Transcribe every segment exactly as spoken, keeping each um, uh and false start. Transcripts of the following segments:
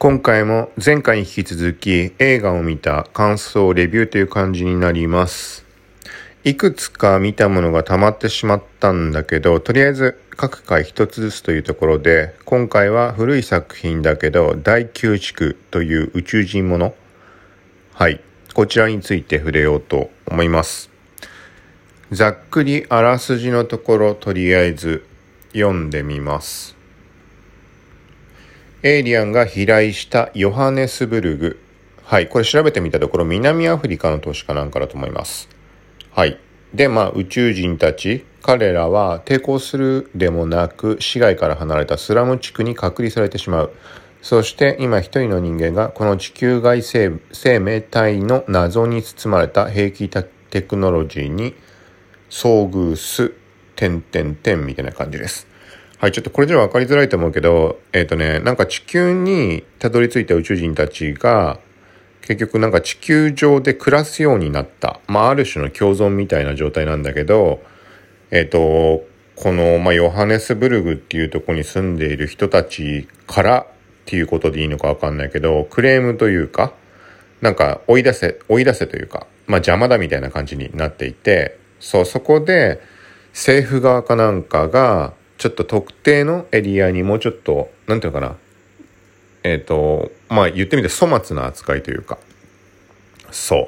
今回も前回に引き続き映画を見た感想レビューという感じになります。いくつか見たものが溜まってしまったんだけど、とりあえず各回一つずつというところで、今回は古い作品だけど大宮地という宇宙人もの、はいこちらについて触れようと思います。ざっくりあらすじのところとりあえず読んでみます。エイリアンが飛来したヨハネスブルグ。はい、これ調べてみたところ南アフリカの都市かなんかだと思います。はい。で、まあ宇宙人たち、彼らは抵抗するでもなく市街から離れたスラム地区に隔離されてしまう。そして今一人の人間がこの地球外生生命体の謎に包まれた兵器テクノロジーに遭遇す、点々点みたいな感じです。はい、ちょっとこれじゃ分かりづらいと思うけど、えっとね、なんか地球にたどり着いた宇宙人たちが、結局なんか地球上で暮らすようになった。まあ、ある種の共存みたいな状態なんだけど、えっと、この、まあ、ヨハネスブルグっていうところに住んでいる人たちからっていうことでいいのか分かんないけど、クレームというか、なんか追い出せ、追い出せというか、まあ、邪魔だみたいな感じになっていて、そう、そこで政府側かなんかが、ちょっと特定のエリアにもうちょっと、なんていうのかな。えっと、まあ言ってみて粗末な扱いというか。そう。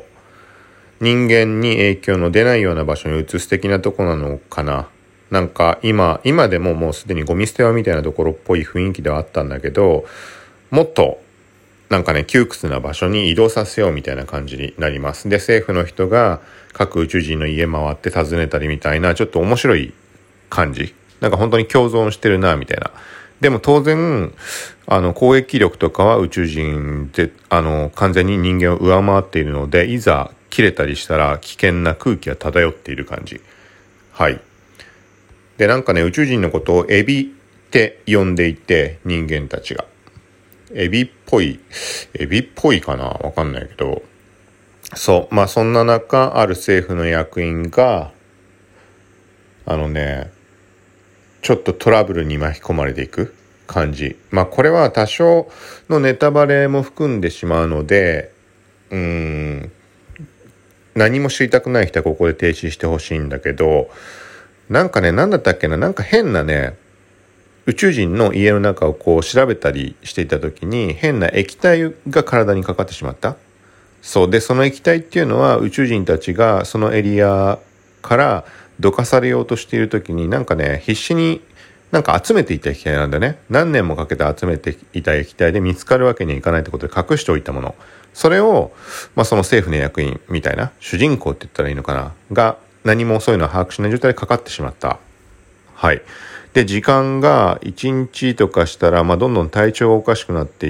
人間に影響の出ないような場所に移す的なとこなのかな。なんか今、今でももうすでにゴミ捨て場みたいなところっぽい雰囲気ではあったんだけど、もっと、なんかね、窮屈な場所に移動させようみたいな感じになります。で、政府の人が各宇宙人の家回って訪ねたりみたいな、ちょっと面白い感じ。なんか本当に共存してるなみたいな。でも当然あの攻撃力とかは宇宙人であの完全に人間を上回っているので、いざ切れたりしたら危険な空気が漂っている感じ。はい。でなんかね、宇宙人のことをエビって呼んでいて、人間たちがエビっぽいエビっぽいかな、わかんないけど、そうまあそんな中、ある政府の役員があのねちょっとトラブルに巻き込まれていく感じ。まあこれは多少のネタバレも含んでしまうので、うーん、何も知りたくない人はここで停止してほしいんだけど、なんかね、なんだったっけな、なんか変なね、宇宙人の家の中をこう調べたりしていた時に変な液体が体にかかってしまった。そうで、その液体っていうのは宇宙人たちがそのエリアからどかされようとしている時になんかね、必死になんか集めていた液体なんだね。何年もかけて集めていた液体で見つかるわけにはいかないってことで隠しておいたもの。それを、まあその政府の役員みたいな、主人公って言ったらいいのかな、が何もそういうのを把握しない状態でかかってしまった。はい。で、時間がいちにちとかしたら、まあどんどん体調がおかしくなっていって、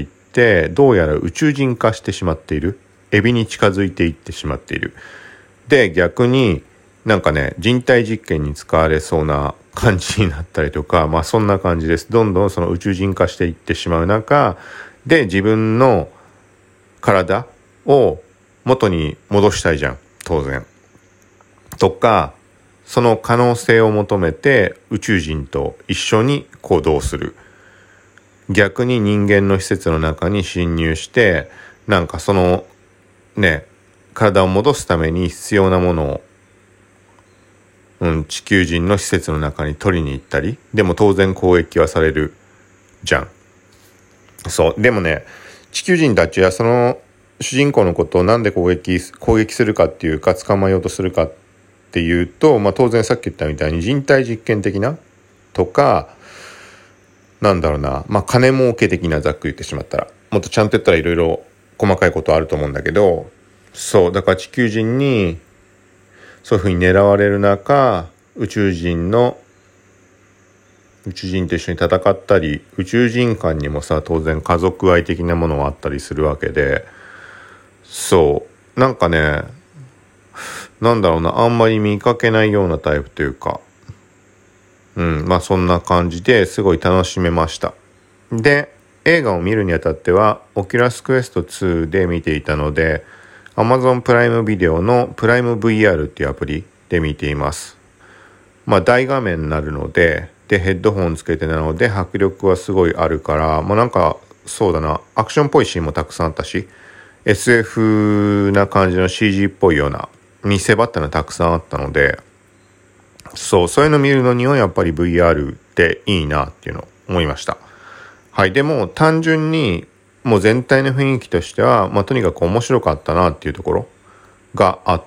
どうやら宇宙人化してしまっている。エビに近づいていってしまっている。で、逆に、なんかね、人体実験に使われそうな感じになったりとか、まあそんな感じです。どんどんその宇宙人化していってしまう中で、自分の体を元に戻したいじゃん、当然。とか、その可能性を求めて宇宙人と一緒に行動する。逆に人間の施設の中に侵入して、なんかそのね、体を戻すために必要なものをうん、地球人の施設の中に取りに行ったり、でも当然攻撃はされるじゃん。そう。でもね、地球人たちはその主人公のことをなんで攻撃、攻撃するかっていうか、捕まえようとするかっていうと、まあ当然さっき言ったみたいに人体実験的なとか、なんだろうな、まあ金儲け的な、ざっくり言ってしまったら。もっとちゃんと言ったらいろいろ細かいことあると思うんだけど、そう。だから地球人に、そういう風に狙われる中、宇宙人の宇宙人と一緒に戦ったり、宇宙人間にもさ、当然家族愛的なものがあったりするわけで、そうなんかね、なんだろうな、あんまり見かけないようなタイプというか、うんまあそんな感じですごい楽しめました。で、映画を見るにあたってはオキュラスクエストツーで見ていたので、Amazon プライムビデオのプライム ブイアール っていうアプリで見ています。まあ大画面になるので、でヘッドホンつけてなので迫力はすごいあるから、まあなんかそうだな、アクションっぽいシーンもたくさんあったし、エスエフ な感じの シージー っぽいような見せ場ってのはたくさんあったので、そう、そういうの見るのにはやっぱり ブイアール っていいなっていうのを思いました。はい。でも単純にもう全体の雰囲気としては、まあとにかく面白かったなっていうところがあって、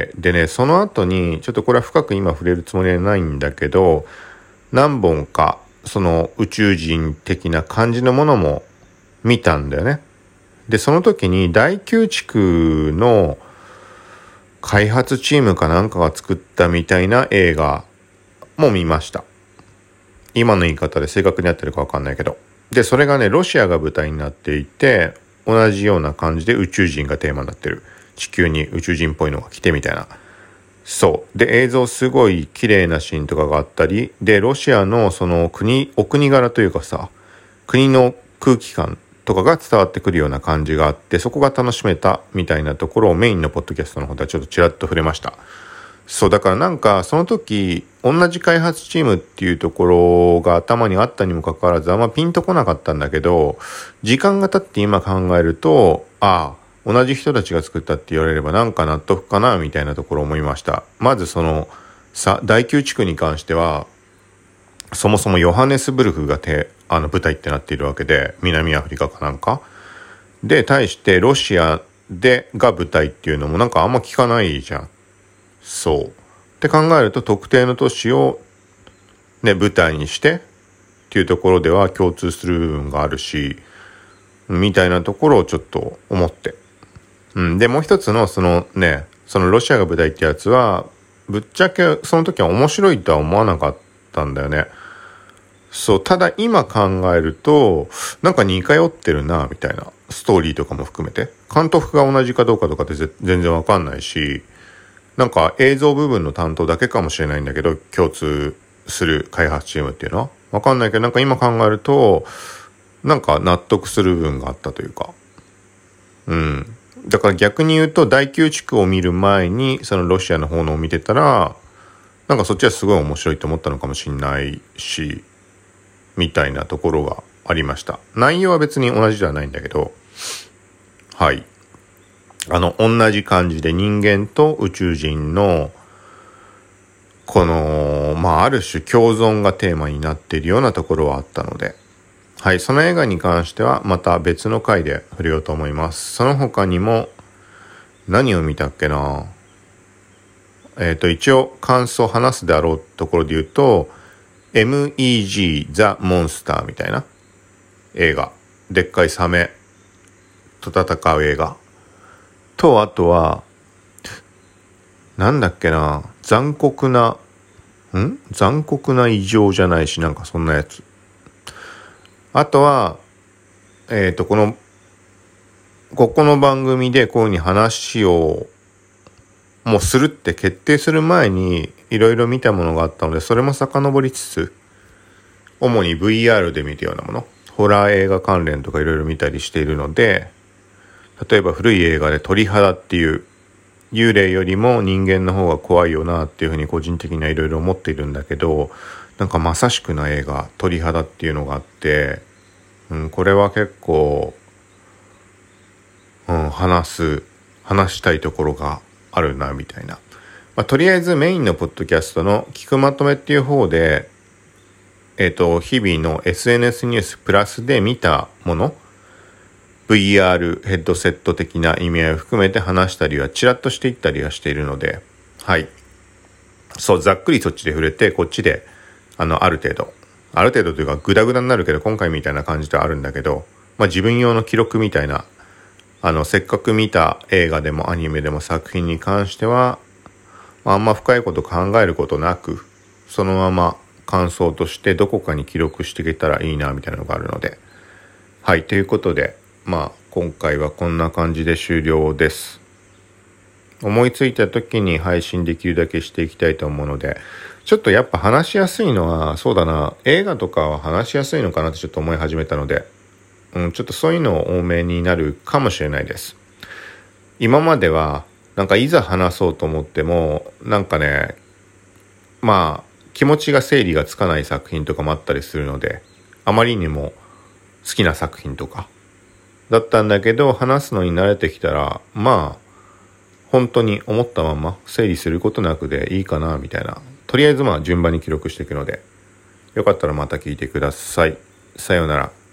でね、その後にちょっとこれは深く今触れるつもりはないんだけど、何本かその宇宙人的な感じのものも見たんだよね。で、その時に大宮地区の開発チームかなんかが作ったみたいな映画も見ました。今の言い方で正確に合ってるか分かんないけど。で、それがね、ロシアが舞台になっていて、同じような感じで宇宙人がテーマになってる。地球に宇宙人っぽいのが来てみたいな。そう。で、映像すごい綺麗なシーンとかがあったり、で、ロシアのその国、お国柄というかさ、国の空気感とかが伝わってくるような感じがあって、そこが楽しめたみたいなところをメインのポッドキャストの方ではちょっとちらっと触れました。そう、だからなんかその時同じ開発チームっていうところが頭にあったにもかかわらずあんまピンとこなかったんだけど、時間が経って今考えると、ああ、同じ人たちが作ったって言われればなんか納得かなみたいなところを思いました。まずそのさ、大宮地区に関しては、そもそもヨハネスブルクがてあの舞台ってなっているわけで、南アフリカかなんかで、対してロシアでが舞台っていうのもなんかあんま聞かないじゃん。そうって考えると、特定の都市をね舞台にしてっていうところでは共通する部分があるし、みたいなところをちょっと思って、うん、でもう一つのそのね、そのロシアが舞台ってやつはぶっちゃけその時は面白いとは思わなかったんだよね。そう、ただ今考えるとなんか似通ってるなみたいな、ストーリーとかも含めて監督が同じかどうかとかって全然わかんないし、なんか映像部分の担当だけかもしれないんだけど、共通する開発チームっていうのはわかんないけど、なんか今考えるとなんか納得する部分があったというか、うんだから逆に言うと大宮地区を見る前にそのロシアの方のを見てたら、なんかそっちはすごい面白いと思ったのかもしれないし、みたいなところがありました。内容は別に同じではないんだけど、はい、あの同じ感じで人間と宇宙人のこのまあある種共存がテーマになっているようなところはあったので、はい、その映画に関してはまた別の回で触れようと思います。その他にも何を見たっけな、えっと一応感想を話すであろうところで言うと エムイージー ザ・モンスターみたいな映画、でっかいサメと戦う映画と、あとはなんだっけな、残酷なん残酷な異常じゃないし、なんかそんなやつ。あとはえっとこのここの番組でこういうふうに話をもうするって決定する前にいろいろ見たものがあったので、それも遡りつつ、主に ブイアール で見たようなもの、ホラー映画関連とかいろいろ見たりしているので、例えば古い映画で鳥肌っていう幽霊よりも人間の方が怖いよなっていうふうに個人的にはいろいろ思っているんだけど、なんかまさしくな映画鳥肌っていうのがあって、うん、これは結構、うん、話す話したいところがあるなみたいな、まあ、とりあえずメインのポッドキャストの聞くまとめっていう方で、えっと日々の エスエヌエス ニュースプラスで見たもの、 ブイアール ヘッドセット的な意味合いを含めて話したりはちらっとしていったりはしているので、はい、そうざっくりそっちで触れて、こっちであのある程度ある程度というかグダグダになるけど今回みたいな感じではあるんだけど、まあ自分用の記録みたいな、あのせっかく見た映画でもアニメでも作品に関しては、まあ、あんま深いこと考えることなく、そのまま感想としてどこかに記録していけたらいいなみたいなのがあるので、はい、ということでまあ今回はこんな感じで終了です。思いついた時に配信できるだけしていきたいと思うので、ちょっとやっぱ話しやすいのはそうだな、映画とかは話しやすいのかなってちょっと思い始めたので、うん、ちょっとそういうの多めになるかもしれないです。今まではなんかいざ話そうと思ってもなんかね、まあ気持ちが整理がつかない作品とかもあったりするので、あまりにも好きな作品とかだったんだけど、話すのに慣れてきたら、まあ本当に思ったまま整理することなくでいいかなみたいな。とりあえずまあ順番に記録していくので、よかったらまた聞いてください。さようなら。